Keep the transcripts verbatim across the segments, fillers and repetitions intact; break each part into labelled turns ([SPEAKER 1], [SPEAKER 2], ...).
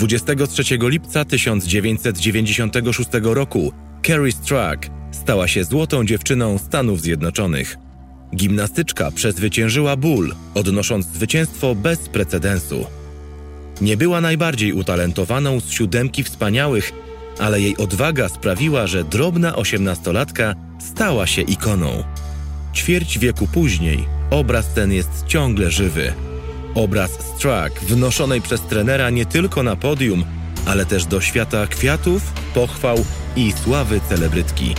[SPEAKER 1] dwudziestego trzeciego lipca tysiąc dziewięćset dziewięćdziesiątego szóstego roku Kerri Strug stała się złotą dziewczyną Stanów Zjednoczonych. Gimnastyczka przezwyciężyła ból, odnosząc zwycięstwo bez precedensu. Nie była najbardziej utalentowaną z siódemki wspaniałych, ale jej odwaga sprawiła, że drobna osiemnastolatka stała się ikoną. Ćwierć wieku później obraz ten jest ciągle żywy. Obraz Strug wnoszonej przez trenera nie tylko na podium, ale też do świata kwiatów, pochwał i sławy celebrytki.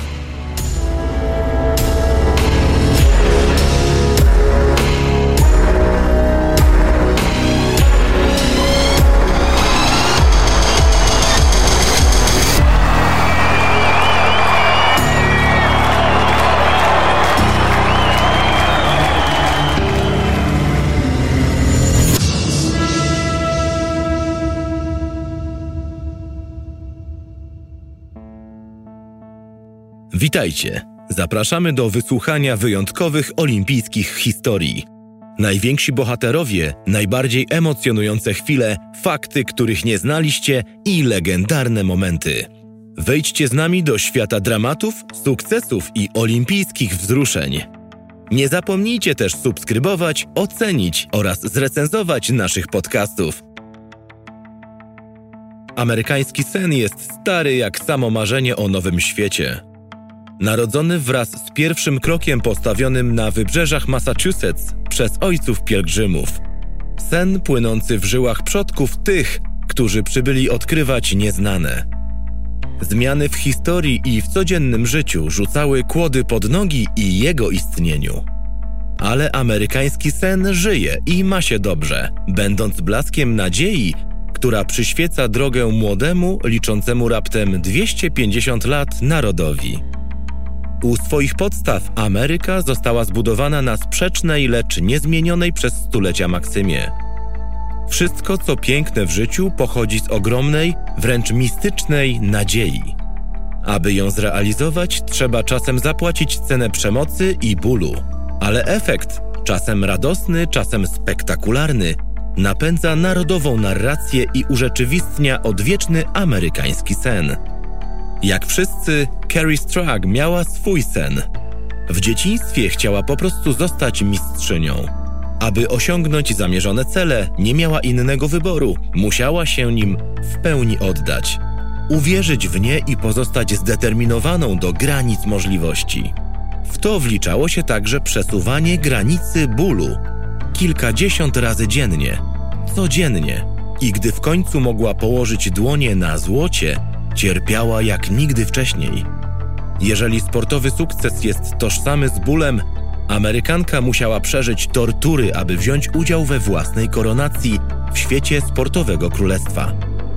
[SPEAKER 1] Witajcie! Zapraszamy do wysłuchania wyjątkowych olimpijskich historii. Najwięksi bohaterowie, najbardziej emocjonujące chwile, fakty, których nie znaliście i legendarne momenty. Wejdźcie z nami do świata dramatów, sukcesów i olimpijskich wzruszeń. Nie zapomnijcie też subskrybować, ocenić oraz zrecenzować naszych podcastów. Amerykański sen jest stary jak samo marzenie o nowym świecie. Narodzony wraz z pierwszym krokiem postawionym na wybrzeżach Massachusetts przez ojców pielgrzymów. Sen płynący w żyłach przodków tych, którzy przybyli odkrywać nieznane. Zmiany w historii i w codziennym życiu rzucały kłody pod nogi i jego istnieniu. Ale amerykański sen żyje i ma się dobrze, będąc blaskiem nadziei, która przyświeca drogę młodemu, liczącemu raptem dwieście pięćdziesiąt lat narodowi. U swoich podstaw Ameryka została zbudowana na sprzecznej, lecz niezmienionej przez stulecia maksymie. Wszystko, co piękne w życiu, pochodzi z ogromnej, wręcz mistycznej nadziei. Aby ją zrealizować, trzeba czasem zapłacić cenę przemocy i bólu. Ale efekt, czasem radosny, czasem spektakularny, napędza narodową narrację i urzeczywistnia odwieczny amerykański sen. Jak wszyscy, Kerri Strug miała swój sen. W dzieciństwie chciała po prostu zostać mistrzynią. Aby osiągnąć zamierzone cele, nie miała innego wyboru. Musiała się nim w pełni oddać. Uwierzyć w nie i pozostać zdeterminowaną do granic możliwości. W to wliczało się także przesuwanie granicy bólu. Kilkadziesiąt razy dziennie. Codziennie. I gdy w końcu mogła położyć dłonie na złocie, cierpiała jak nigdy wcześniej. Jeżeli sportowy sukces jest tożsamy z bólem, Amerykanka musiała przeżyć tortury, aby wziąć udział we własnej koronacji w świecie sportowego królestwa.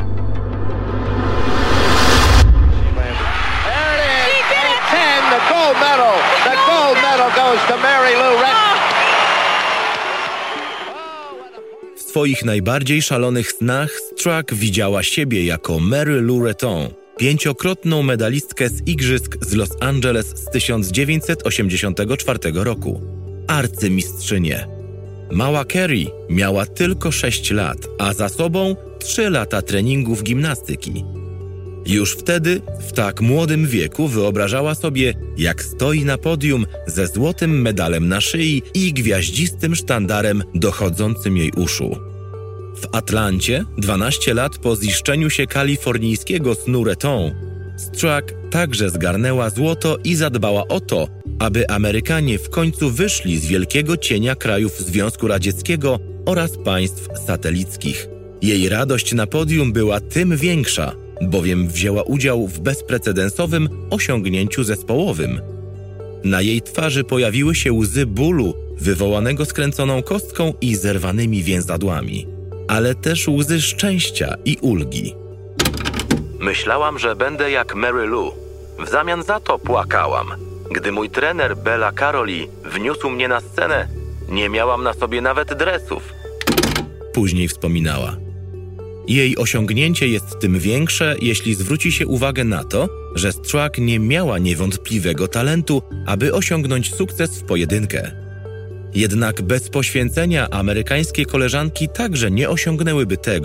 [SPEAKER 1] W swoich najbardziej szalonych snach Strug widziała siebie jako Mary Lou Retton, pięciokrotną medalistkę z Igrzysk z Los Angeles z tysiąc dziewięćset osiemdziesiątego czwartego roku. Arcymistrzynię. Mała Kerri miała tylko sześć lat, a za sobą trzy lata treningów gimnastyki. Już wtedy, w tak młodym wieku, wyobrażała sobie, jak stoi na podium ze złotym medalem na szyi i gwiaździstym sztandarem dochodzącym jej uszu. W Atlancie, dwanaście lat po ziszczeniu się kalifornijskiego snu Retton, Strug także zgarnęła złoto i zadbała o to, aby Amerykanie w końcu wyszli z wielkiego cienia krajów Związku Radzieckiego oraz państw satelickich. Jej radość na podium była tym większa, bowiem wzięła udział w bezprecedensowym osiągnięciu zespołowym. Na jej twarzy pojawiły się łzy bólu wywołanego skręconą kostką i zerwanymi więzadłami, ale też łzy szczęścia i ulgi. Myślałam, że będę jak Mary Lou. W zamian za to płakałam. Gdy mój trener Bela Karoli wniósł mnie na scenę, nie miałam na sobie nawet dresów. Później wspominała. Jej osiągnięcie jest tym większe, jeśli zwróci się uwagę na to, że Strug nie miała niewątpliwego talentu, aby osiągnąć sukces w pojedynkę. Jednak bez poświęcenia amerykańskie koleżanki także nie osiągnęłyby tego,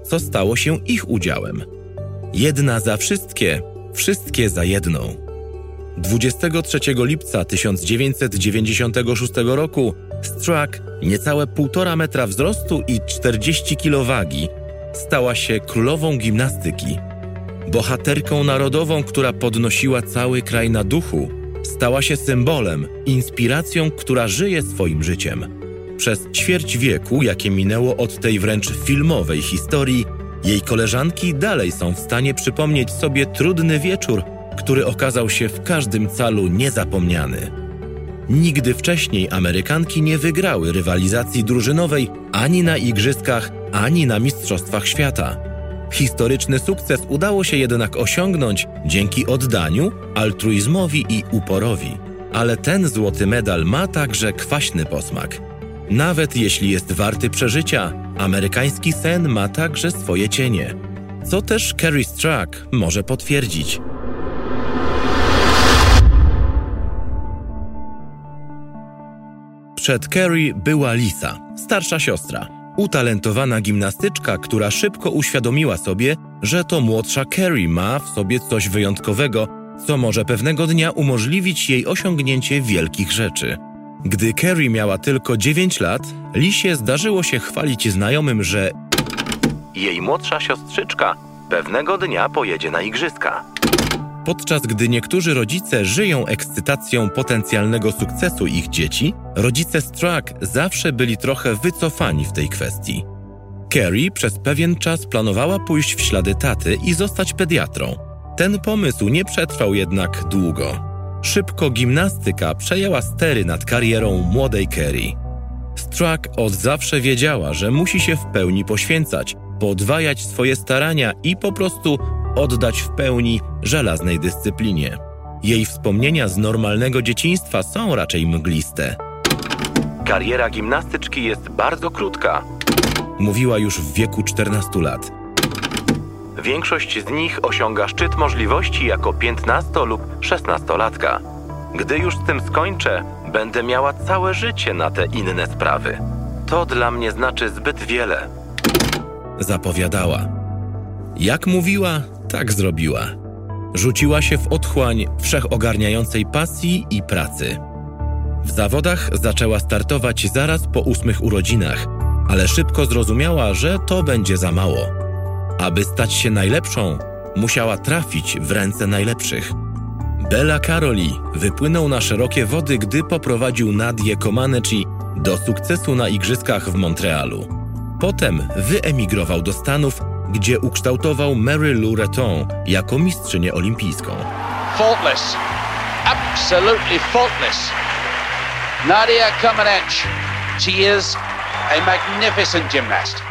[SPEAKER 1] co stało się ich udziałem. Jedna za wszystkie, wszystkie za jedną. dwudziestego trzeciego lipca tysiąc dziewięćset dziewięćdziesiątego szóstego roku Strack, niecałe półtora metra wzrostu i czterdzieści kilo wagi, stała się królową gimnastyki. Bohaterką narodową, która podnosiła cały kraj na duchu, stała się symbolem, inspiracją, która żyje swoim życiem. Przez ćwierć wieku, jakie minęło od tej wręcz filmowej historii, jej koleżanki dalej są w stanie przypomnieć sobie trudny wieczór, który okazał się w każdym calu niezapomniany. Nigdy wcześniej Amerykanki nie wygrały rywalizacji drużynowej ani na igrzyskach, ani na mistrzostwach świata. Historyczny sukces udało się jednak osiągnąć dzięki oddaniu, altruizmowi i uporowi. Ale ten złoty medal ma także kwaśny posmak. Nawet jeśli jest warty przeżycia, amerykański sen ma także swoje cienie. Co też Kerri Strack może potwierdzić. Przed Kerri była Lisa, starsza siostra. Utalentowana gimnastyczka, która szybko uświadomiła sobie, że to młodsza Kerri ma w sobie coś wyjątkowego, co może pewnego dnia umożliwić jej osiągnięcie wielkich rzeczy. Gdy Kerri miała tylko dziewięć lat, Lisie zdarzyło się chwalić znajomym, że jej młodsza siostrzyczka pewnego dnia pojedzie na igrzyska. Podczas gdy niektórzy rodzice żyją ekscytacją potencjalnego sukcesu ich dzieci, rodzice Strack zawsze byli trochę wycofani w tej kwestii. Kerri przez pewien czas planowała pójść w ślady taty i zostać pediatrą. Ten pomysł nie przetrwał jednak długo. Szybko gimnastyka przejęła stery nad karierą młodej Kerri. Strack od zawsze wiedziała, że musi się w pełni poświęcać, podwajać swoje starania i po prostu oddać w pełni żelaznej dyscyplinie. Jej wspomnienia z normalnego dzieciństwa są raczej mgliste. Kariera gimnastyczki jest bardzo krótka, mówiła już w wieku czternastu lat. Większość z nich osiąga szczyt możliwości jako piętnasto- lub szesnastolatka. Gdy już z tym skończę, będę miała całe życie na te inne sprawy. To dla mnie znaczy zbyt wiele, zapowiadała. Jak mówiła, tak zrobiła. Rzuciła się w otchłań wszechogarniającej pasji i pracy. W zawodach zaczęła startować zaraz po ósmych urodzinach, ale szybko zrozumiała, że to będzie za mało. Aby stać się najlepszą, musiała trafić w ręce najlepszych. Bela Karolyi wypłynął na szerokie wody, gdy poprowadził Nadię Comaneci do sukcesu na igrzyskach w Montrealu. Potem wyemigrował do Stanów, gdzie ukształtował Mary Lou Retton jako mistrzynię olimpijską.
[SPEAKER 2] Faultless. Absolutely faultless. Nadia Comaneci. She is a magnificent gymnast.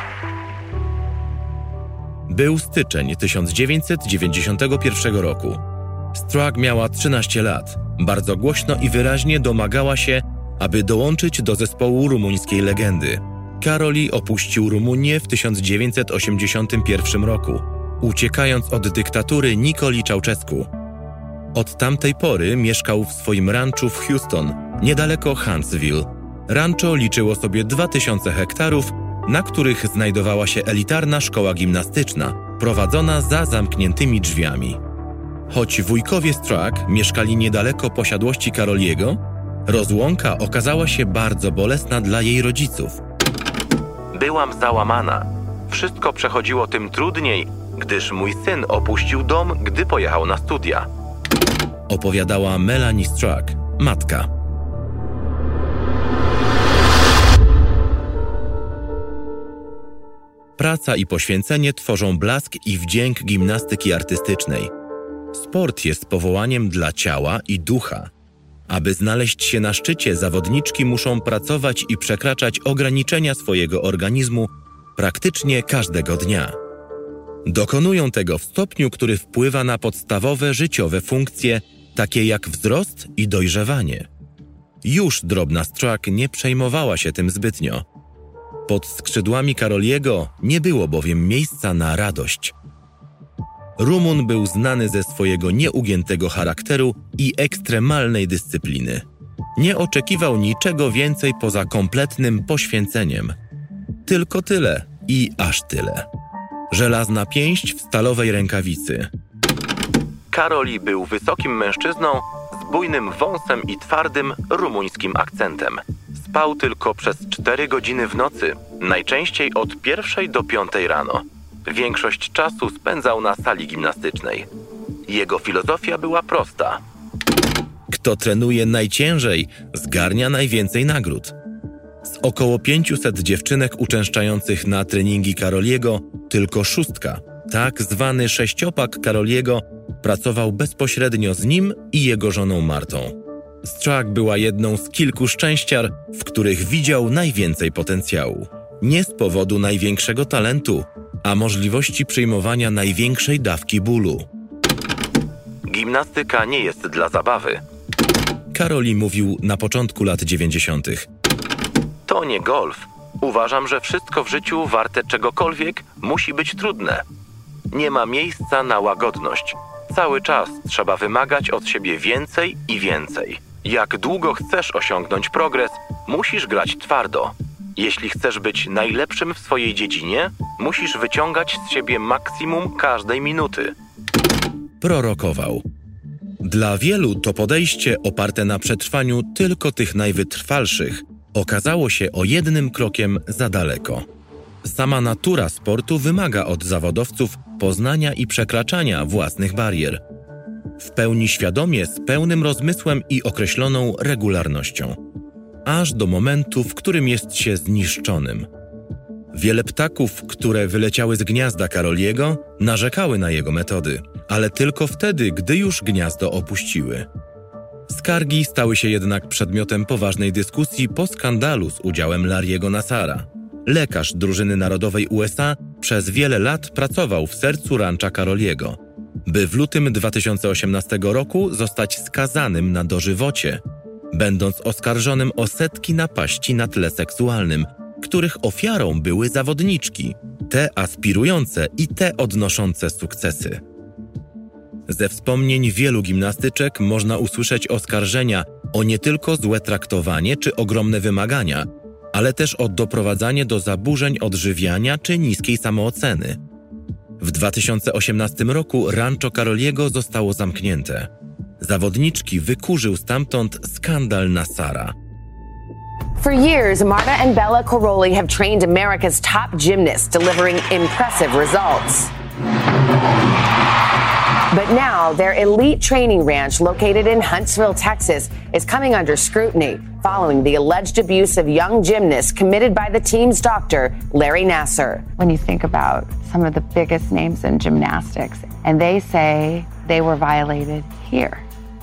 [SPEAKER 1] Był styczeń tysiąc dziewięćset dziewięćdziesiątego pierwszego roku. Strack miała trzynaście lat. Bardzo głośno i wyraźnie domagała się, aby dołączyć do zespołu rumuńskiej legendy. Karolyi opuścił Rumunię w tysiąc dziewięćset osiemdziesiątym pierwszym roku, uciekając od dyktatury Nicoli Ceausescu. Od tamtej pory mieszkał w swoim ranczu w Houston, niedaleko Huntsville. Rancho liczyło sobie dwa tysiące hektarów, na których znajdowała się elitarna szkoła gimnastyczna, prowadzona za zamkniętymi drzwiami. Choć wujkowie Strack mieszkali niedaleko posiadłości Karolyiego, rozłąka okazała się bardzo bolesna dla jej rodziców. Byłam załamana. Wszystko przechodziło tym trudniej, gdyż mój syn opuścił dom, gdy pojechał na studia. Opowiadała Melanie Strack, matka. Praca i poświęcenie tworzą blask i wdzięk gimnastyki artystycznej. Sport jest powołaniem dla ciała i ducha. Aby znaleźć się na szczycie, zawodniczki muszą pracować i przekraczać ograniczenia swojego organizmu praktycznie każdego dnia. Dokonują tego w stopniu, który wpływa na podstawowe życiowe funkcje, takie jak wzrost i dojrzewanie. Już drobna Strack nie przejmowała się tym zbytnio. Pod skrzydłami Karolyiego nie było bowiem miejsca na radość. Rumun był znany ze swojego nieugiętego charakteru i ekstremalnej dyscypliny. Nie oczekiwał niczego więcej poza kompletnym poświęceniem. Tylko tyle i aż tyle. żelazna pięść w stalowej rękawicy.
[SPEAKER 3] Karoli był wysokim mężczyzną z bujnym wąsem i twardym rumuńskim akcentem. Spał tylko przez cztery godziny w nocy, najczęściej od pierwszej do piątej rano. Większość czasu spędzał na sali gimnastycznej. Jego filozofia była prosta.
[SPEAKER 1] Kto trenuje najciężej, zgarnia najwięcej nagród. Z około pięciuset dziewczynek uczęszczających na treningi Karoliego, tylko szóstka, tak zwany sześciopak Karoliego, pracował bezpośrednio z nim i jego żoną Martą. Struck była jedną z kilku szczęściar, w których widział najwięcej potencjału. Nie z powodu największego talentu, a możliwości przyjmowania największej dawki bólu.
[SPEAKER 3] Gimnastyka nie jest dla zabawy.
[SPEAKER 1] Karoli mówił na początku lat dziewięćdziesiątych.
[SPEAKER 3] To nie golf. Uważam, że wszystko w życiu warte czegokolwiek musi być trudne. Nie ma miejsca na łagodność. Cały czas trzeba wymagać od siebie więcej i więcej. Jak długo chcesz osiągnąć progres, musisz grać twardo. Jeśli chcesz być najlepszym w swojej dziedzinie, musisz wyciągać z siebie maksimum każdej minuty.
[SPEAKER 1] Prorokował. Dla wielu to podejście oparte na przetrwaniu tylko tych najwytrwalszych okazało się o jednym krokiem za daleko. Sama natura sportu wymaga od zawodowców poznania i przekraczania własnych barier. W pełni świadomie, z pełnym rozmysłem i określoną regularnością. Aż do momentu, w którym jest się zniszczonym. Wiele ptaków, które wyleciały z gniazda Karoliego, narzekały na jego metody, ale tylko wtedy, gdy już gniazdo opuściły. Skargi stały się jednak przedmiotem poważnej dyskusji po skandalu z udziałem Larry'ego Nassara. Lekarz drużyny narodowej U S A przez wiele lat pracował w sercu rancza Karoliego, by w lutym dwa tysiące osiemnastego roku zostać skazanym na dożywocie, będąc oskarżonym o setki napaści na tle seksualnym, których ofiarą były zawodniczki, te aspirujące i te odnoszące sukcesy. Ze wspomnień wielu gimnastyczek można usłyszeć oskarżenia o nie tylko złe traktowanie czy ogromne wymagania, ale też o doprowadzanie do zaburzeń odżywiania czy niskiej samooceny. W dwa tysiące osiemnastym roku rancho Karoliego zostało zamknięte. Zawodniczki wykurzył stamtąd skandal Nassara.
[SPEAKER 4] For years, Marta and Bella Karolyi have trained America's top gymnasts, delivering impressive results. But now, their elite training ranch located in Huntsville, Texas, is coming under scrutiny following the alleged abuse of young gymnasts committed by the team's doctor, Larry Nassar.
[SPEAKER 5] When you think about some of the biggest names in gymnastics, and they say they were violated here.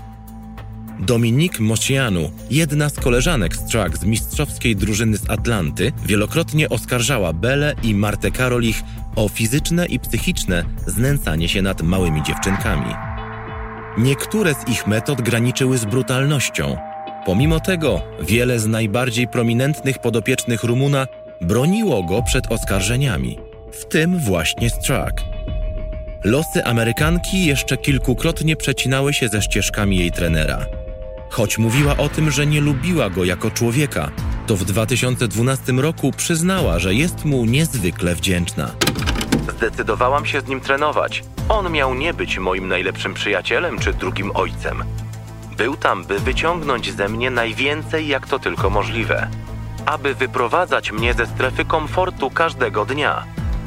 [SPEAKER 1] Dominique Moceanu, jedna z koleżanek Struck z mistrzowskiej drużyny z Atlanty, wielokrotnie oskarżała Bellę i Martę Karolich o fizyczne i psychiczne znęcanie się nad małymi dziewczynkami. Niektóre z ich metod graniczyły z brutalnością. Pomimo tego wiele z najbardziej prominentnych podopiecznych Rumuna broniło go przed oskarżeniami, w tym właśnie Struck. Losy Amerykanki jeszcze kilkukrotnie przecinały się ze ścieżkami jej trenera. Choć mówiła o tym, że nie lubiła go jako człowieka, to w dwa tysiące dwunastym roku przyznała, że jest mu niezwykle wdzięczna.
[SPEAKER 3] Zdecydowałam się z nim trenować. On miał nie być moim najlepszym przyjacielem czy drugim ojcem. Był tam, by wyciągnąć ze mnie najwięcej, jak to tylko możliwe. Aby wyprowadzać mnie ze strefy komfortu każdego dnia.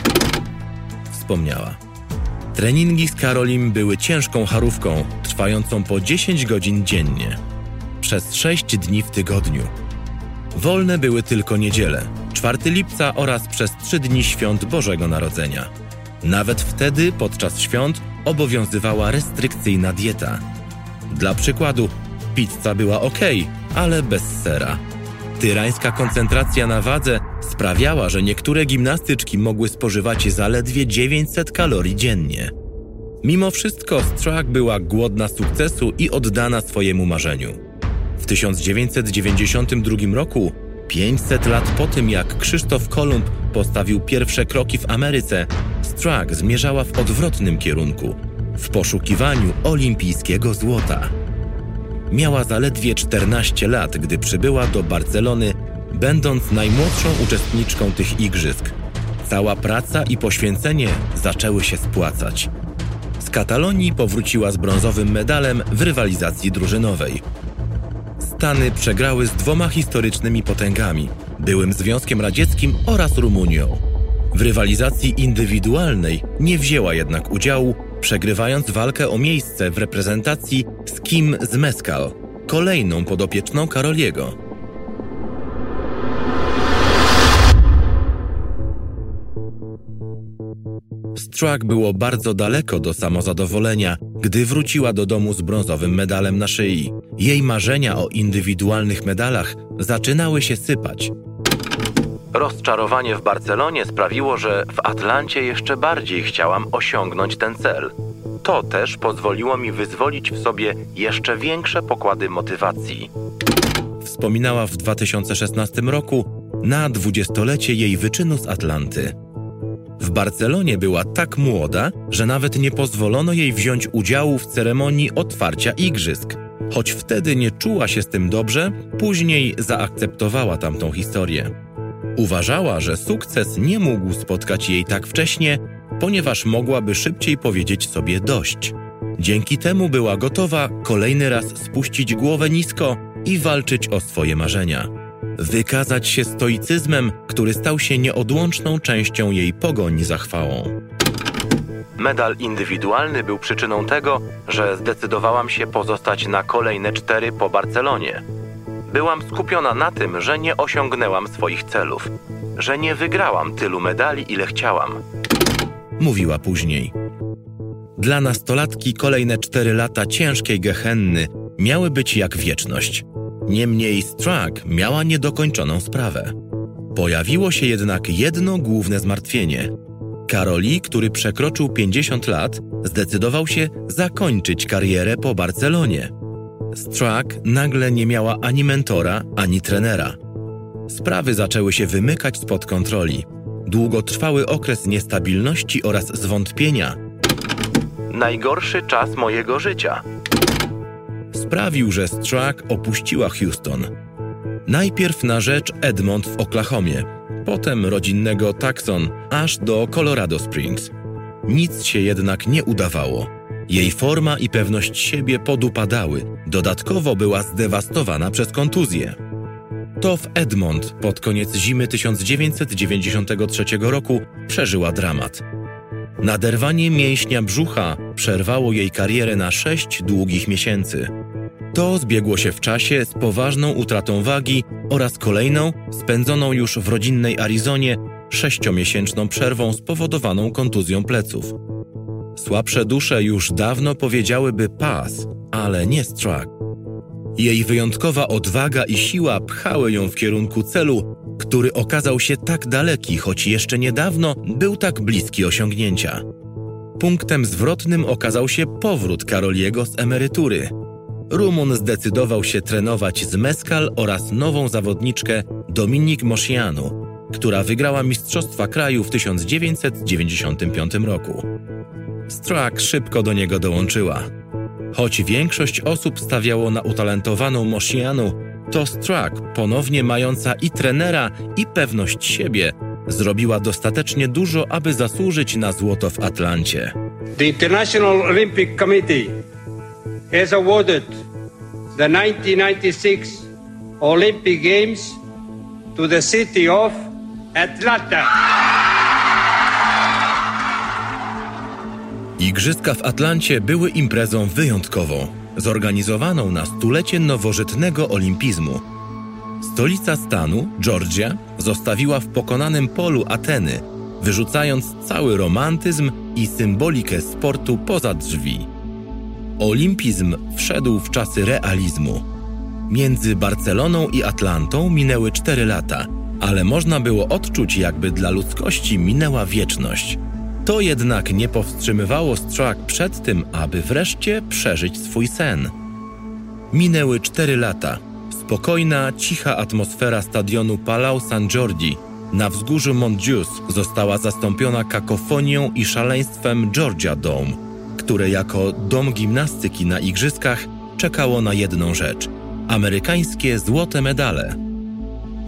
[SPEAKER 1] Wspomniała. Treningi z Karolim były ciężką charówką, trwającą po dziesięć godzin dziennie. Przez sześć dni w tygodniu. Wolne były tylko niedziele, czwartego lipca oraz przez trzy dni świąt Bożego Narodzenia. Nawet wtedy, podczas świąt, obowiązywała restrykcyjna dieta. Dla przykładu, pizza była okej, ale bez sera. Tyrańska koncentracja na wadze sprawiała, że niektóre gimnastyczki mogły spożywać zaledwie dziewięćset kalorii dziennie. Mimo wszystko Struck była głodna sukcesu i oddana swojemu marzeniu. W tysiąc dziewięćset dziewięćdziesiątym drugim roku, pięćset lat po tym jak Krzysztof Kolumb postawił pierwsze kroki w Ameryce, Struck zmierzała w odwrotnym kierunku, w poszukiwaniu olimpijskiego złota. Miała zaledwie czternaście lat, gdy przybyła do Barcelony, będąc najmłodszą uczestniczką tych igrzysk. Cała praca i poświęcenie zaczęły się spłacać. Z Katalonii powróciła z brązowym medalem w rywalizacji drużynowej. Stany przegrały z dwoma historycznymi potęgami, byłym Związkiem Radzieckim oraz Rumunią. W rywalizacji indywidualnej nie wzięła jednak udziału, przegrywając walkę o miejsce w reprezentacji z Kim Zmeskal, kolejną podopieczną Karoliego. Struck było bardzo daleko do samozadowolenia, gdy wróciła do domu z brązowym medalem na szyi. Jej marzenia o indywidualnych medalach zaczynały się sypać.
[SPEAKER 3] Rozczarowanie w Barcelonie sprawiło, że w Atlancie jeszcze bardziej chciałam osiągnąć ten cel. To też pozwoliło mi wyzwolić w sobie jeszcze większe pokłady motywacji.
[SPEAKER 1] Wspominała w dwa tysiące szesnastym roku na dwudziestolecie jej wyczynu z Atlanty. W Barcelonie była tak młoda, że nawet nie pozwolono jej wziąć udziału w ceremonii otwarcia igrzysk. Choć wtedy nie czuła się z tym dobrze, później zaakceptowała tamtą historię. Uważała, że sukces nie mógł spotkać jej tak wcześnie, ponieważ mogłaby szybciej powiedzieć sobie dość. Dzięki temu była gotowa kolejny raz spuścić głowę nisko i walczyć o swoje marzenia. Wykazać się stoicyzmem, który stał się nieodłączną częścią jej pogoni za chwałą.
[SPEAKER 3] Medal indywidualny był przyczyną tego, że zdecydowałam się pozostać na kolejne cztery po Barcelonie. Byłam skupiona na tym, że nie osiągnęłam swoich celów, że nie wygrałam tylu medali, ile chciałam.
[SPEAKER 1] Mówiła później. Dla nastolatki kolejne cztery lata ciężkiej gehenny miały być jak wieczność. Niemniej Struck miała niedokończoną sprawę. Pojawiło się jednak jedno główne zmartwienie. Karoli, który przekroczył pięćdziesiąt lat, zdecydował się zakończyć karierę po Barcelonie. Struck nagle nie miała ani mentora, ani trenera. Sprawy zaczęły się wymykać spod kontroli. Długotrwały okres niestabilności oraz zwątpienia.
[SPEAKER 3] Najgorszy czas mojego życia.
[SPEAKER 1] Sprawił, że Struck opuściła Houston. Najpierw na rzecz Edmond w Oklahomie, potem rodzinnego Tucson, aż do Colorado Springs. Nic się jednak nie udawało. Jej forma i pewność siebie podupadały, dodatkowo była zdewastowana przez kontuzję. To w Edmond pod koniec zimy tysiąc dziewięćset dziewięćdziesiątego trzeciego roku przeżyła dramat. Naderwanie mięśnia brzucha przerwało jej karierę na sześć długich miesięcy. To zbiegło się w czasie z poważną utratą wagi oraz kolejną, spędzoną już w rodzinnej Arizonie, sześciomiesięczną przerwą spowodowaną kontuzją pleców. Słabsze dusze już dawno powiedziałyby pas, ale nie Struck. Jej wyjątkowa odwaga i siła pchały ją w kierunku celu, który okazał się tak daleki, choć jeszcze niedawno był tak bliski osiągnięcia. Punktem zwrotnym okazał się powrót Karoliego z emerytury. Rumun zdecydował się trenować Zmeskal oraz nową zawodniczkę Dominique Moceanu, która wygrała Mistrzostwa Kraju w tysiąc dziewięćset dziewięćdziesiątym piątym roku. Struck szybko do niego dołączyła. Choć większość osób stawiało na utalentowaną Moceanu, to Struck, ponownie mająca i trenera, i pewność siebie, zrobiła dostatecznie dużo, aby zasłużyć na złoto w Atlancie.
[SPEAKER 6] The International Olympic Committee has awarded the nineteen ninety-six Olympic Games to the city of Atlanta.
[SPEAKER 1] Igrzyska w Atlancie były imprezą wyjątkową, zorganizowaną na stulecie nowożytnego olimpizmu. Stolica stanu, Georgia, zostawiła w pokonanym polu Ateny, wyrzucając cały romantyzm i symbolikę sportu poza drzwi. Olimpizm wszedł w czasy realizmu. Między Barceloną i Atlantą minęły cztery lata, ale można było odczuć, jakby dla ludzkości minęła wieczność. To jednak nie powstrzymywało Struck przed tym, aby wreszcie przeżyć swój sen. Minęły cztery lata. Spokojna, cicha atmosfera stadionu Palau San Jordi na wzgórzu Montjuic została zastąpiona kakofonią i szaleństwem Georgia Dome, które jako dom gimnastyki na igrzyskach czekało na jedną rzecz – amerykańskie złote medale.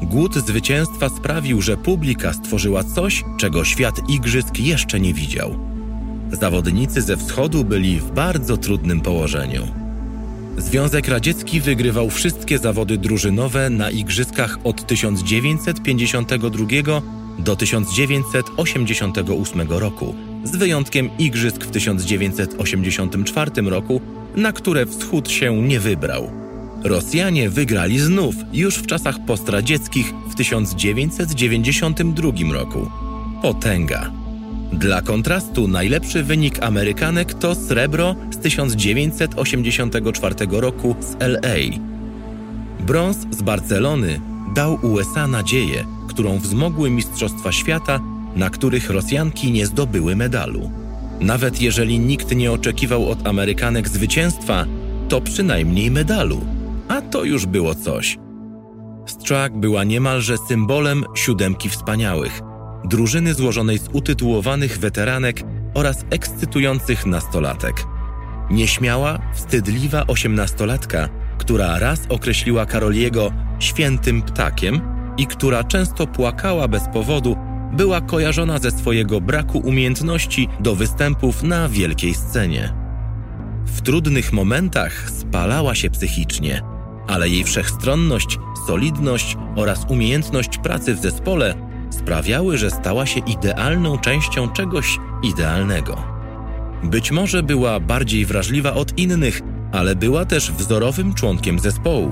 [SPEAKER 1] Głód zwycięstwa sprawił, że publika stworzyła coś, czego świat igrzysk jeszcze nie widział. Zawodnicy ze wschodu byli w bardzo trudnym położeniu. Związek Radziecki wygrywał wszystkie zawody drużynowe na igrzyskach od tysiąc dziewięćset pięćdziesiątego drugiego do tysiąc dziewięćset osiemdziesiątego ósmego roku, z wyjątkiem igrzysk w tysiąc dziewięćset osiemdziesiątym czwartym roku, na które wschód się nie wybrał. Rosjanie wygrali znów już w czasach postradzieckich w tysiąc dziewięćset dziewięćdziesiątym drugim roku. Potęga. Dla kontrastu najlepszy wynik Amerykanek to srebro z tysiąc dziewięćset osiemdziesiątego czwartego roku z L A. Brąz z Barcelony dał U S A nadzieję, którą wzmogły Mistrzostwa Świata, na których Rosjanki nie zdobyły medalu. Nawet jeżeli nikt nie oczekiwał od Amerykanek zwycięstwa, to przynajmniej medalu, a to już było coś. Struck była niemalże symbolem siódemki wspaniałych, drużyny złożonej z utytułowanych weteranek oraz ekscytujących nastolatek. Nieśmiała, wstydliwa osiemnastolatka, która raz określiła Karoliego świętym ptakiem i która często płakała bez powodu, była kojarzona ze swojego braku umiejętności do występów na wielkiej scenie. W trudnych momentach spalała się psychicznie, ale jej wszechstronność, solidność oraz umiejętność pracy w zespole sprawiały, że stała się idealną częścią czegoś idealnego. Być może była bardziej wrażliwa od innych, ale była też wzorowym członkiem zespołu.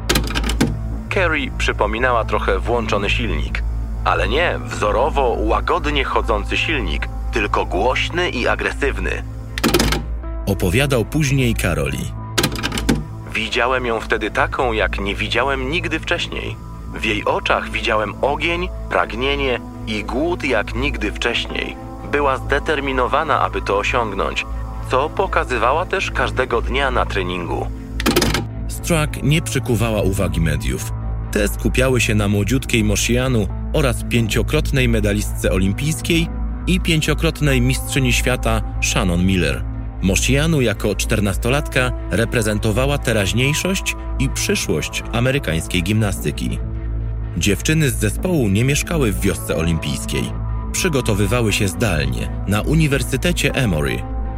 [SPEAKER 3] Carrie przypominała trochę włączony silnik, ale nie wzorowo, łagodnie chodzący silnik, tylko głośny i agresywny.
[SPEAKER 1] Opowiadał później Karoli.
[SPEAKER 3] Widziałem ją wtedy taką, jak nie widziałem nigdy wcześniej. W jej oczach widziałem ogień, pragnienie i głód jak nigdy wcześniej. Była zdeterminowana, aby to osiągnąć, co pokazywała też każdego dnia na treningu.
[SPEAKER 1] Struck nie przykuwała uwagi mediów. Te skupiały się na młodziutkiej Moshianu oraz pięciokrotnej medalistce olimpijskiej i pięciokrotnej mistrzyni świata Shannon Miller. Moshianu jako czternastolatka reprezentowała teraźniejszość i przyszłość amerykańskiej gimnastyki. Dziewczyny z zespołu nie mieszkały w wiosce olimpijskiej. Przygotowywały się zdalnie na Uniwersytecie Emory.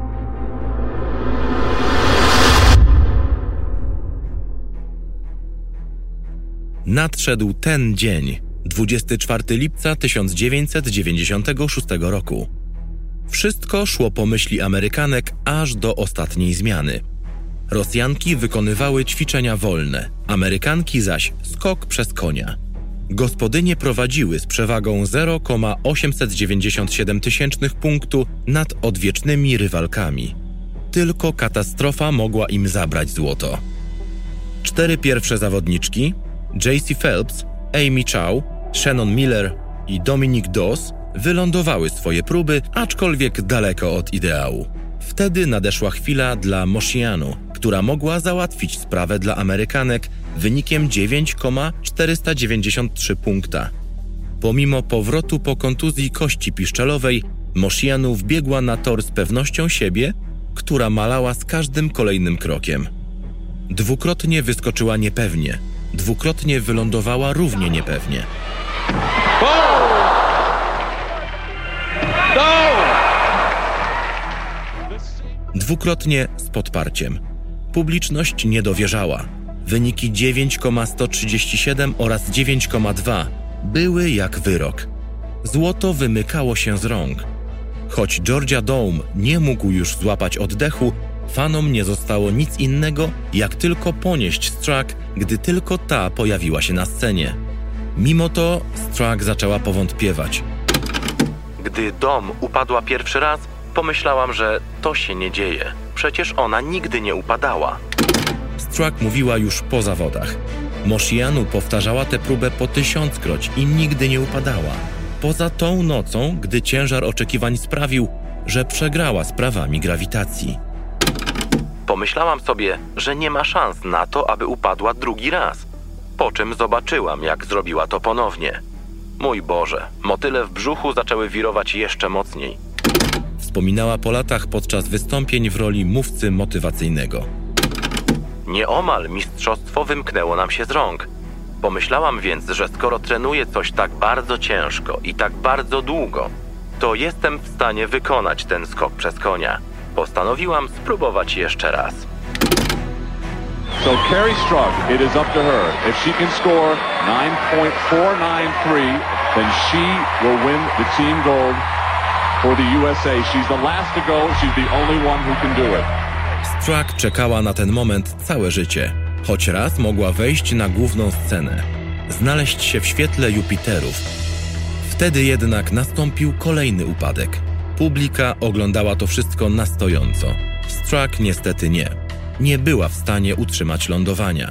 [SPEAKER 1] Nadszedł ten dzień, dwudziestego czwartego lipca tysiąc dziewięćset dziewięćdziesiątego szóstego roku. Wszystko szło po myśli Amerykanek aż do ostatniej zmiany. Rosjanki wykonywały ćwiczenia wolne, Amerykanki zaś skok przez konia. Gospodynie prowadziły z przewagą zero przecinek osiemset dziewięćdziesiąt siedem tysięcznych punktu nad odwiecznymi rywalkami. Tylko katastrofa mogła im zabrać złoto. Cztery pierwsze zawodniczki, Jaycee Phelps, Amy Chow, Shannon Miller i Dominique Dawes, wylądowały swoje próby, aczkolwiek daleko od ideału. Wtedy nadeszła chwila dla Moshianu, która mogła załatwić sprawę dla Amerykanek wynikiem dziewięć przecinek czterysta dziewięćdziesiąt trzy punkta. Pomimo powrotu po kontuzji kości piszczelowej, Moshianu wbiegła na tor z pewnością siebie, która malała z każdym kolejnym krokiem. Dwukrotnie wyskoczyła niepewnie, dwukrotnie wylądowała równie niepewnie. Dwukrotnie z podparciem. Publiczność nie dowierzała. Wyniki dziewięć przecinek sto trzydzieści siedem oraz dziewięć przecinek dwa były jak wyrok. Złoto wymykało się z rąk. Choć Georgia Dome nie mógł już złapać oddechu, fanom nie zostało nic innego, jak tylko ponieść Struck, gdy tylko ta pojawiła się na scenie. Mimo to Struck zaczęła powątpiewać.
[SPEAKER 3] Gdy Dom upadła pierwszy raz, pomyślałam, że to się nie dzieje. Przecież ona nigdy nie upadała.
[SPEAKER 1] Struck mówiła już po zawodach. Moshianu powtarzała tę próbę po tysiąckroć i nigdy nie upadała. Poza tą nocą, gdy ciężar oczekiwań sprawił, że przegrała z prawami grawitacji.
[SPEAKER 3] Pomyślałam sobie, że nie ma szans na to, aby upadła drugi raz. Po czym zobaczyłam, jak zrobiła to ponownie. Mój Boże, motyle w brzuchu zaczęły wirować jeszcze mocniej.
[SPEAKER 1] Wspominała po latach podczas wystąpień w roli mówcy motywacyjnego.
[SPEAKER 3] Nieomal mistrzostwo wymknęło nam się z rąk. Pomyślałam więc, że skoro trenuję coś tak bardzo ciężko i tak bardzo długo, to jestem w stanie wykonać ten skok przez konia. Postanowiłam spróbować jeszcze raz.
[SPEAKER 7] So Kerri Strug, it is up to her. If she can score nine point four nine three, then she will win the team gold for the U S A. She's the last to go. She's the only one who can do it.
[SPEAKER 1] Strug czekała na ten moment całe życie. Choć raz mogła wejść na główną scenę, znaleźć się w świetle Jupiterów. Wtedy jednak nastąpił kolejny upadek. Publika oglądała to wszystko na stojąco. Strug niestety nie. Nie była w stanie utrzymać lądowania.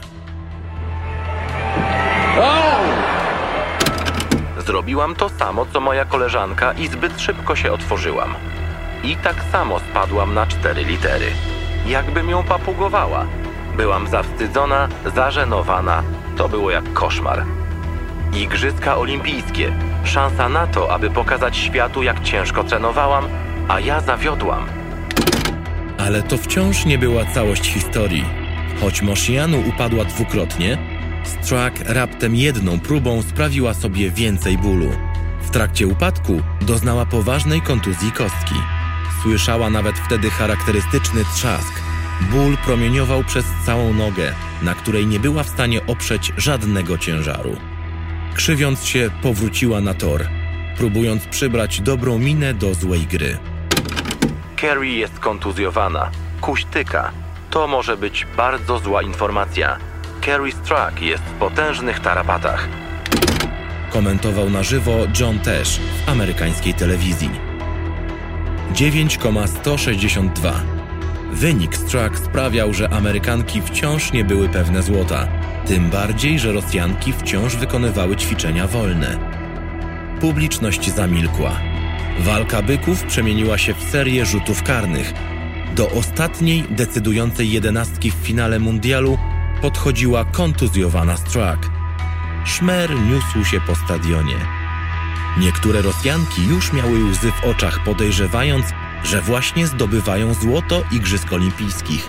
[SPEAKER 3] Zrobiłam to samo, co moja koleżanka i zbyt szybko się otworzyłam. I tak samo spadłam na cztery litery. Jakbym ją papugowała. Byłam zawstydzona, zażenowana. To było jak koszmar. Igrzyska olimpijskie. Szansa na to, aby pokazać światu, jak ciężko trenowałam, a ja zawiodłam.
[SPEAKER 1] Ale to wciąż nie była całość historii. Choć Moshiyanu upadła dwukrotnie, Strug raptem jedną próbą sprawiła sobie więcej bólu. W trakcie upadku doznała poważnej kontuzji kostki. Słyszała nawet wtedy charakterystyczny trzask. Ból promieniował przez całą nogę, na której nie była w stanie oprzeć żadnego ciężaru. Krzywiąc się, powróciła na tor, próbując przybrać dobrą minę do złej gry.
[SPEAKER 3] Kerri jest kontuzjowana. Kuśtyka. To może być bardzo zła informacja. Kerri Strug jest w potężnych tarapatach.
[SPEAKER 1] Komentował na żywo John Tesh w amerykańskiej telewizji. dziewięć przecinek sto sześćdziesiąt dwa. Wynik Strug sprawiał, że Amerykanki wciąż nie były pewne złota. Tym bardziej, że Rosjanki wciąż wykonywały ćwiczenia wolne. Publiczność zamilkła. Walka byków przemieniła się w serię rzutów karnych. Do ostatniej, decydującej jedenastki w finale mundialu podchodziła kontuzjowana Strug. Szmer niósł się po stadionie. Niektóre Rosjanki już miały łzy w oczach, podejrzewając, że właśnie zdobywają złoto Igrzysk Olimpijskich.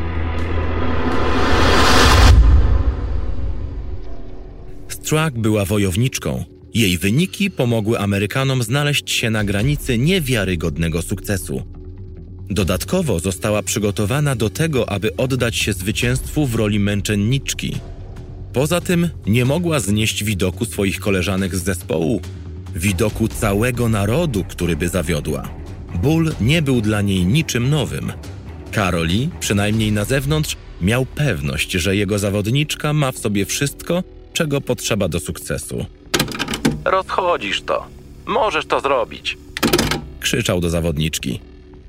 [SPEAKER 1] Strug była wojowniczką. Jej wyniki pomogły Amerykanom znaleźć się na granicy niewiarygodnego sukcesu. Dodatkowo została przygotowana do tego, aby oddać się zwycięstwu w roli męczenniczki. Poza tym nie mogła znieść widoku swoich koleżanek z zespołu, widoku całego narodu, który by zawiodła. Ból nie był dla niej niczym nowym. Karoli, przynajmniej na zewnątrz, miał pewność, że jego zawodniczka ma w sobie wszystko, czego potrzeba do sukcesu.
[SPEAKER 3] Rozchodzisz to. Możesz to zrobić.
[SPEAKER 1] Krzyczał do zawodniczki.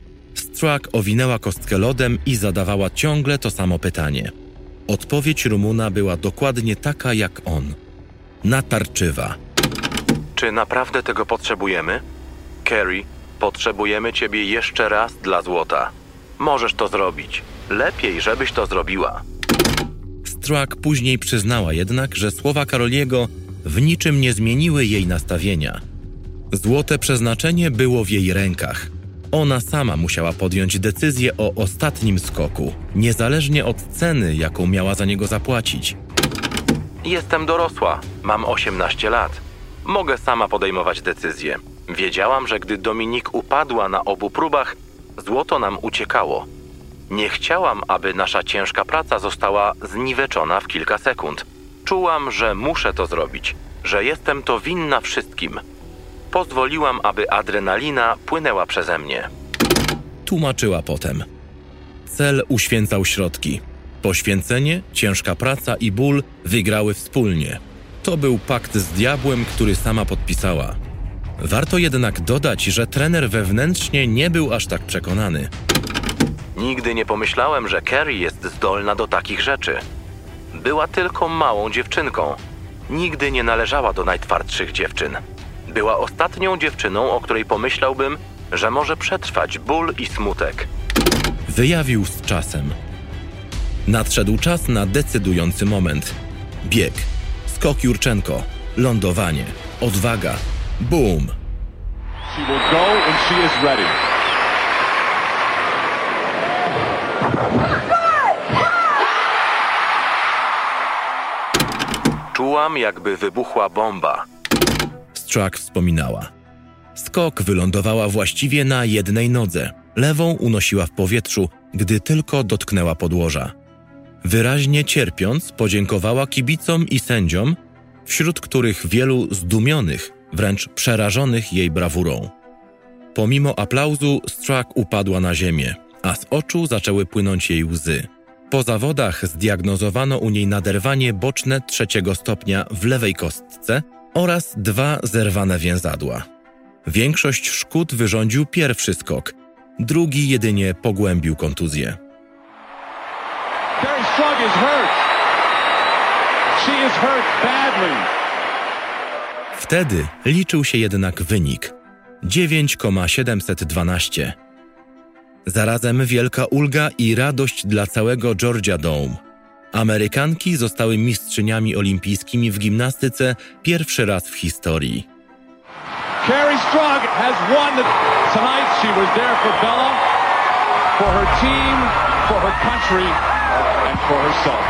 [SPEAKER 1] Strug owinęła kostkę lodem i zadawała ciągle to samo pytanie. Odpowiedź Rumuna była dokładnie taka jak on. Natarczywa.
[SPEAKER 3] Czy naprawdę tego potrzebujemy? Kerri, potrzebujemy ciebie jeszcze raz dla złota. Możesz to zrobić. Lepiej, żebyś to zrobiła.
[SPEAKER 1] Strug później przyznała jednak, że słowa Karoliego w niczym nie zmieniły jej nastawienia. Złote przeznaczenie było w jej rękach. Ona sama musiała podjąć decyzję o ostatnim skoku, niezależnie od ceny, jaką miała za niego zapłacić.
[SPEAKER 3] Jestem dorosła, mam osiemnaście lat. Mogę sama podejmować decyzje. Wiedziałam, że gdy Dominik upadła na obu próbach, złoto nam uciekało. Nie chciałam, aby nasza ciężka praca została zniweczona w kilka sekund. Czułam, że muszę to zrobić, że jestem to winna wszystkim. Pozwoliłam, aby adrenalina płynęła przeze mnie.
[SPEAKER 1] Tłumaczyła potem. Cel uświęcał środki. Poświęcenie, ciężka praca i ból wygrały wspólnie. To był pakt z diabłem, który sama podpisała. Warto jednak dodać, że trener wewnętrznie nie był aż tak przekonany.
[SPEAKER 3] Nigdy nie pomyślałem, że Kerri jest zdolna do takich rzeczy. Była tylko małą dziewczynką. Nigdy nie należała do najtwardszych dziewczyn. Była ostatnią dziewczyną, o której pomyślałbym, że może przetrwać ból i smutek.
[SPEAKER 1] Wyjawił z czasem. Nadszedł czas na decydujący moment. Bieg, skok Jurczenko, lądowanie, odwaga, boom.
[SPEAKER 7] She will go and she is ready.
[SPEAKER 3] Czułam Czułam, jakby wybuchła bomba.
[SPEAKER 1] Struck wspominała. Skok wylądowała właściwie na jednej nodze. Lewą unosiła w powietrzu, gdy tylko dotknęła podłoża. Wyraźnie cierpiąc, podziękowała kibicom i sędziom, wśród których wielu zdumionych, wręcz przerażonych jej brawurą. Pomimo aplauzu Struck upadła na ziemię, a z oczu zaczęły płynąć jej łzy. Po zawodach zdiagnozowano u niej naderwanie boczne trzeciego stopnia w lewej kostce oraz dwa zerwane więzadła. Większość szkód wyrządził pierwszy skok, drugi jedynie pogłębił kontuzję.
[SPEAKER 7] Carrie Strug is hurt. She is hurt badly.
[SPEAKER 1] Wtedy liczył się jednak wynik dziewięć przecinek siedemset dwanaście. Zarazem wielka ulga i radość dla całego Georgia Dome. Amerykanki zostały mistrzyniami olimpijskimi w gimnastyce pierwszy raz w historii.
[SPEAKER 7] Carrie Strug has won the... Tonight she was there for Bella, for her team, for her country and for herself.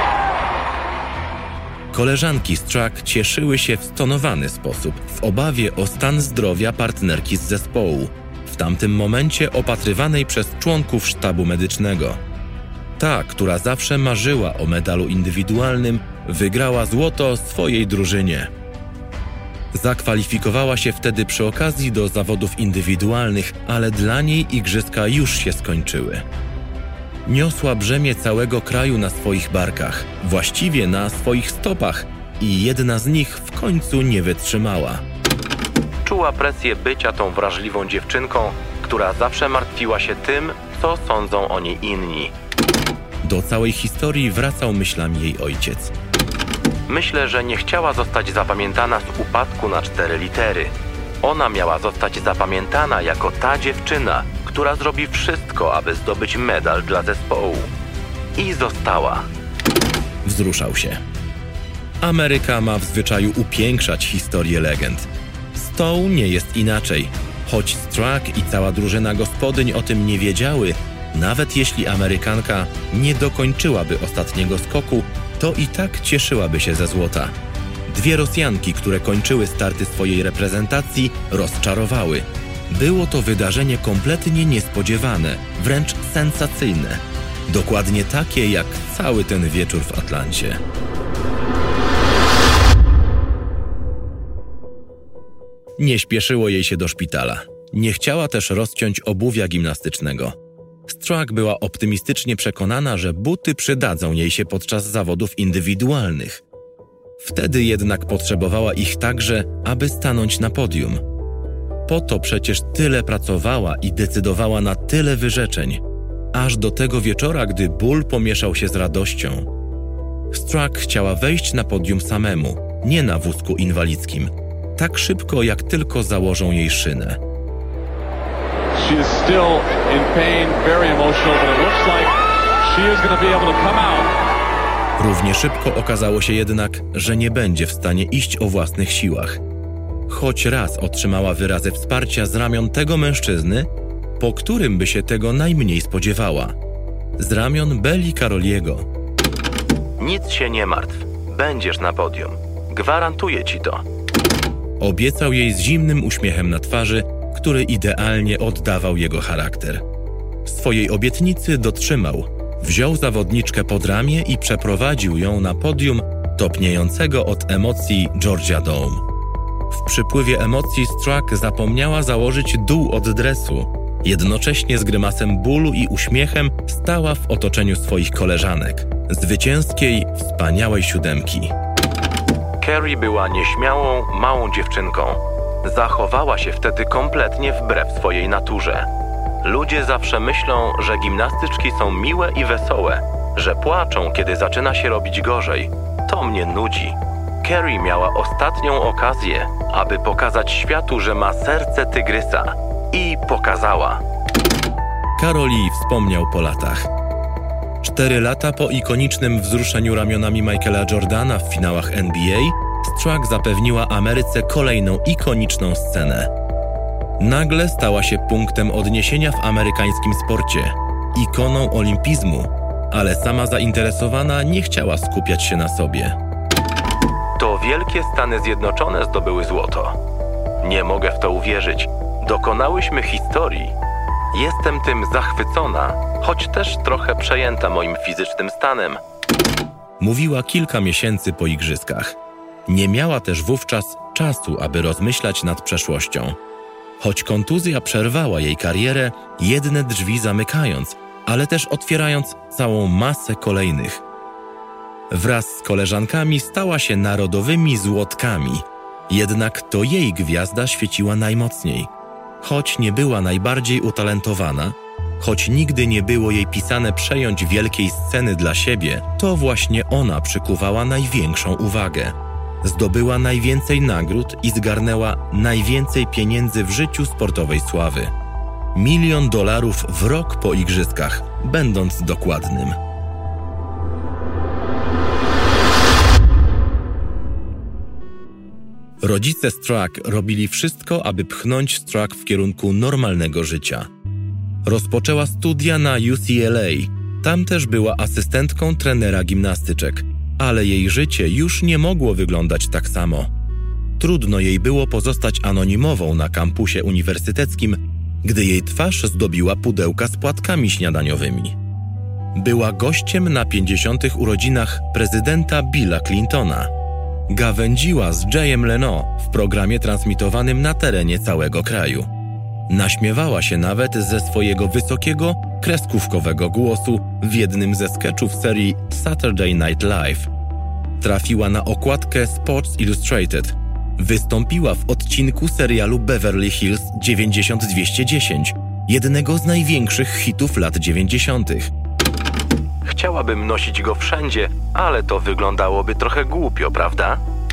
[SPEAKER 1] Koleżanki Struck cieszyły się w stonowany sposób, w obawie o stan zdrowia partnerki z zespołu, w tamtym momencie opatrywanej przez członków sztabu medycznego. Ta, która zawsze marzyła o medalu indywidualnym, wygrała złoto swojej drużynie. Zakwalifikowała się wtedy przy okazji do zawodów indywidualnych, ale dla niej igrzyska już się skończyły. Niosła brzemię całego kraju na swoich barkach, właściwie na swoich stopach, i jedna z nich w końcu nie wytrzymała.
[SPEAKER 3] Czuła presję bycia tą wrażliwą dziewczynką, która zawsze martwiła się tym, co sądzą o niej inni.
[SPEAKER 1] Do całej historii wracał myślami jej ojciec.
[SPEAKER 3] Myślę, że nie chciała zostać zapamiętana z upadku na cztery litery. Ona miała zostać zapamiętana jako ta dziewczyna, która zrobi wszystko, aby zdobyć medal dla zespołu. I została.
[SPEAKER 1] Wzruszał się. Ameryka ma w zwyczaju upiększać historię legend. Z tą nie jest inaczej. Choć Struck i cała drużyna gospodyń o tym nie wiedziały, nawet jeśli Amerykanka nie dokończyłaby ostatniego skoku, to i tak cieszyłaby się ze złota. Dwie Rosjanki, które kończyły starty swojej reprezentacji, rozczarowały. Było to wydarzenie kompletnie niespodziewane, wręcz sensacyjne. Dokładnie takie jak cały ten wieczór w Atlancie. Nie śpieszyło jej się do szpitala. Nie chciała też rozciąć obuwia gimnastycznego. Struck była optymistycznie przekonana, że buty przydadzą jej się podczas zawodów indywidualnych. Wtedy jednak potrzebowała ich także, aby stanąć na podium. Po to przecież tyle pracowała i decydowała na tyle wyrzeczeń, aż do tego wieczora, gdy ból pomieszał się z radością. Struck chciała wejść na podium samemu, nie na wózku inwalidzkim, tak szybko jak tylko założą jej szynę.
[SPEAKER 7] She is still in pain, very emotional, but it looks like she is going to be able to come out.
[SPEAKER 1] Równie szybko okazało się jednak, że nie będzie w stanie iść o własnych siłach. Choć raz otrzymała wyrazy wsparcia z ramion tego mężczyzny, po którym by się tego najmniej spodziewała. Z ramion Belli Karoliego.
[SPEAKER 3] Nic się nie martw. Będziesz na podium. Gwarantuję ci to.
[SPEAKER 1] Obiecał jej z zimnym uśmiechem na twarzy, który idealnie oddawał jego charakter. Swojej obietnicy dotrzymał. Wziął zawodniczkę pod ramię i przeprowadził ją na podium topniejącego od emocji Georgia Dome. W przypływie emocji Struck zapomniała założyć dół od dresu. Jednocześnie z grymasem bólu i uśmiechem stała w otoczeniu swoich koleżanek, zwycięskiej, wspaniałej siódemki.
[SPEAKER 3] Carrie była nieśmiałą, małą dziewczynką. Zachowała się wtedy kompletnie wbrew swojej naturze. Ludzie zawsze myślą, że gimnastyczki są miłe i wesołe, że płaczą, kiedy zaczyna się robić gorzej. To mnie nudzi. Carrie miała ostatnią okazję, aby pokazać światu, że ma serce tygrysa. I pokazała.
[SPEAKER 1] Karoli wspomniał po latach. Cztery lata po ikonicznym wzruszeniu ramionami Michaela Jordana w finałach N B A, Struck zapewniła Ameryce kolejną ikoniczną scenę. Nagle stała się punktem odniesienia w amerykańskim sporcie, ikoną olimpizmu, ale sama zainteresowana nie chciała skupiać się na sobie.
[SPEAKER 3] To wielkie Stany Zjednoczone zdobyły złoto. Nie mogę w to uwierzyć. Dokonałyśmy historii. Jestem tym zachwycona, choć też trochę przejęta moim fizycznym stanem.
[SPEAKER 1] Mówiła kilka miesięcy po igrzyskach. Nie miała też wówczas czasu, aby rozmyślać nad przeszłością. Choć kontuzja przerwała jej karierę, jedne drzwi zamykając, ale też otwierając całą masę kolejnych. Wraz z koleżankami stała się narodowymi złotkami. Jednak to jej gwiazda świeciła najmocniej. Choć nie była najbardziej utalentowana, choć nigdy nie było jej pisane przejąć wielkiej sceny dla siebie, to właśnie ona przykuwała największą uwagę. Zdobyła najwięcej nagród i zgarnęła najwięcej pieniędzy w życiu sportowej sławy. Milion dolarów w rok po igrzyskach, będąc dokładnym. Rodzice Strack robili wszystko, aby pchnąć Strack w kierunku normalnego życia. Rozpoczęła studia na U C L A. Tam też była asystentką trenera gimnastyczek, ale jej życie już nie mogło wyglądać tak samo. Trudno jej było pozostać anonimową na kampusie uniwersyteckim, gdy jej twarz zdobiła pudełka z płatkami śniadaniowymi. Była gościem na pięćdziesiątych urodzinach prezydenta Billa Clintona. Gawędziła z Jayem Leno w programie transmitowanym na terenie całego kraju. Naśmiewała się nawet ze swojego wysokiego, kreskówkowego głosu w jednym ze sketchów serii Saturday Night Live. Trafiła na okładkę Sports Illustrated. Wystąpiła w odcinku serialu Beverly Hills dziewięćdziesiąt dwieście dziesięć, jednego z największych hitów lat dziewięćdziesiątych.
[SPEAKER 3] Chciałabym nosić go wszędzie, ale to wyglądałoby trochę głupio, prawda?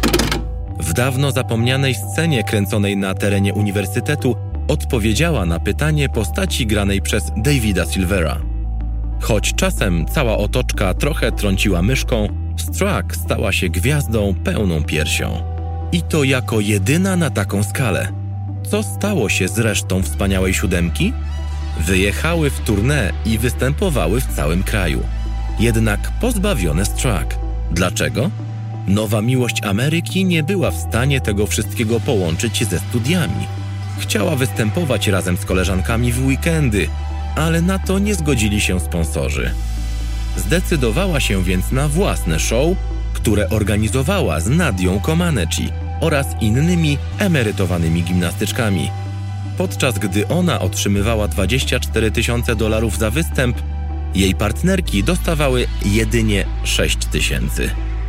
[SPEAKER 1] W dawno zapomnianej scenie kręconej na terenie uniwersytetu odpowiedziała na pytanie postaci granej przez Davida Silvera. Choć czasem cała otoczka trochę trąciła myszką, Strack stała się gwiazdą pełną piersią. I to jako jedyna na taką skalę. Co stało się z resztą wspaniałej siódemki? Wyjechały w tournée i występowały w całym kraju. Jednak pozbawione Strack. Dlaczego? Nowa miłość Ameryki nie była w stanie tego wszystkiego połączyć ze studiami. Chciała występować razem z koleżankami w weekendy, ale na to nie zgodzili się sponsorzy. Zdecydowała się więc na własne show, które organizowała z Nadią Comaneci oraz innymi emerytowanymi gimnastyczkami. Podczas gdy ona otrzymywała dwadzieścia cztery tysiące dolarów za występ, jej partnerki dostawały jedynie sześć tysięcy.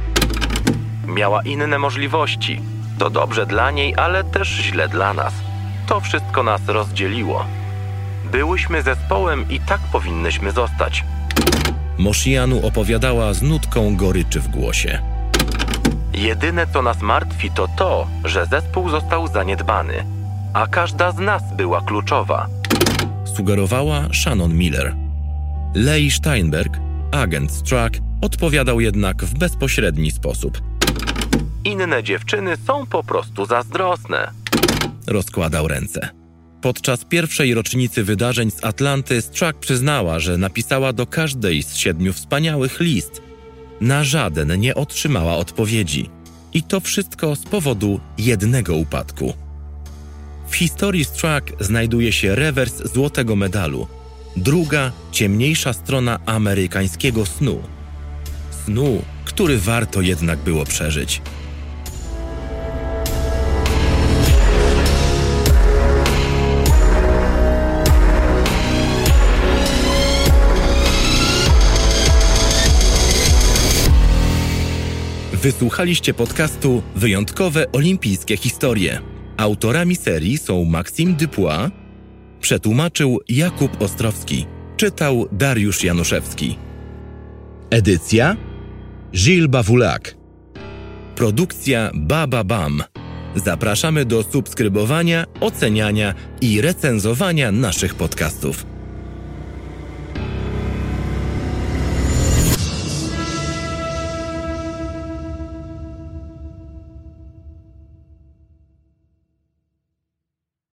[SPEAKER 3] Miała inne możliwości. To dobrze dla niej, ale też źle dla nas. To wszystko nas rozdzieliło. Byłyśmy zespołem i tak powinnyśmy zostać.
[SPEAKER 1] Moshianu opowiadała z nutką goryczy w głosie.
[SPEAKER 3] Jedyne, co nas martwi, to to, że zespół został zaniedbany, a każda z nas była kluczowa.
[SPEAKER 1] Sugerowała Shannon Miller. Leigh Steinberg, agent Strack, odpowiadał jednak w bezpośredni sposób.
[SPEAKER 3] Inne dziewczyny są po prostu zazdrosne.
[SPEAKER 1] Rozkładał ręce. Podczas pierwszej rocznicy wydarzeń z Atlanty Strack przyznała, że napisała do każdej z siedmiu wspaniałych list. Na żaden nie otrzymała odpowiedzi. I to wszystko z powodu jednego upadku. W historii Strack znajduje się rewers złotego medalu. Druga, ciemniejsza strona amerykańskiego snu. Snu, który warto jednak było przeżyć. Wysłuchaliście podcastu Wyjątkowe Olimpijskie Historie. Autorami serii są Maxime Dupois, przetłumaczył Jakub Ostrowski, czytał Dariusz Januszewski. Edycja Gilles Bawulak. Produkcja Baba Bam. Zapraszamy do subskrybowania, oceniania i recenzowania naszych podcastów.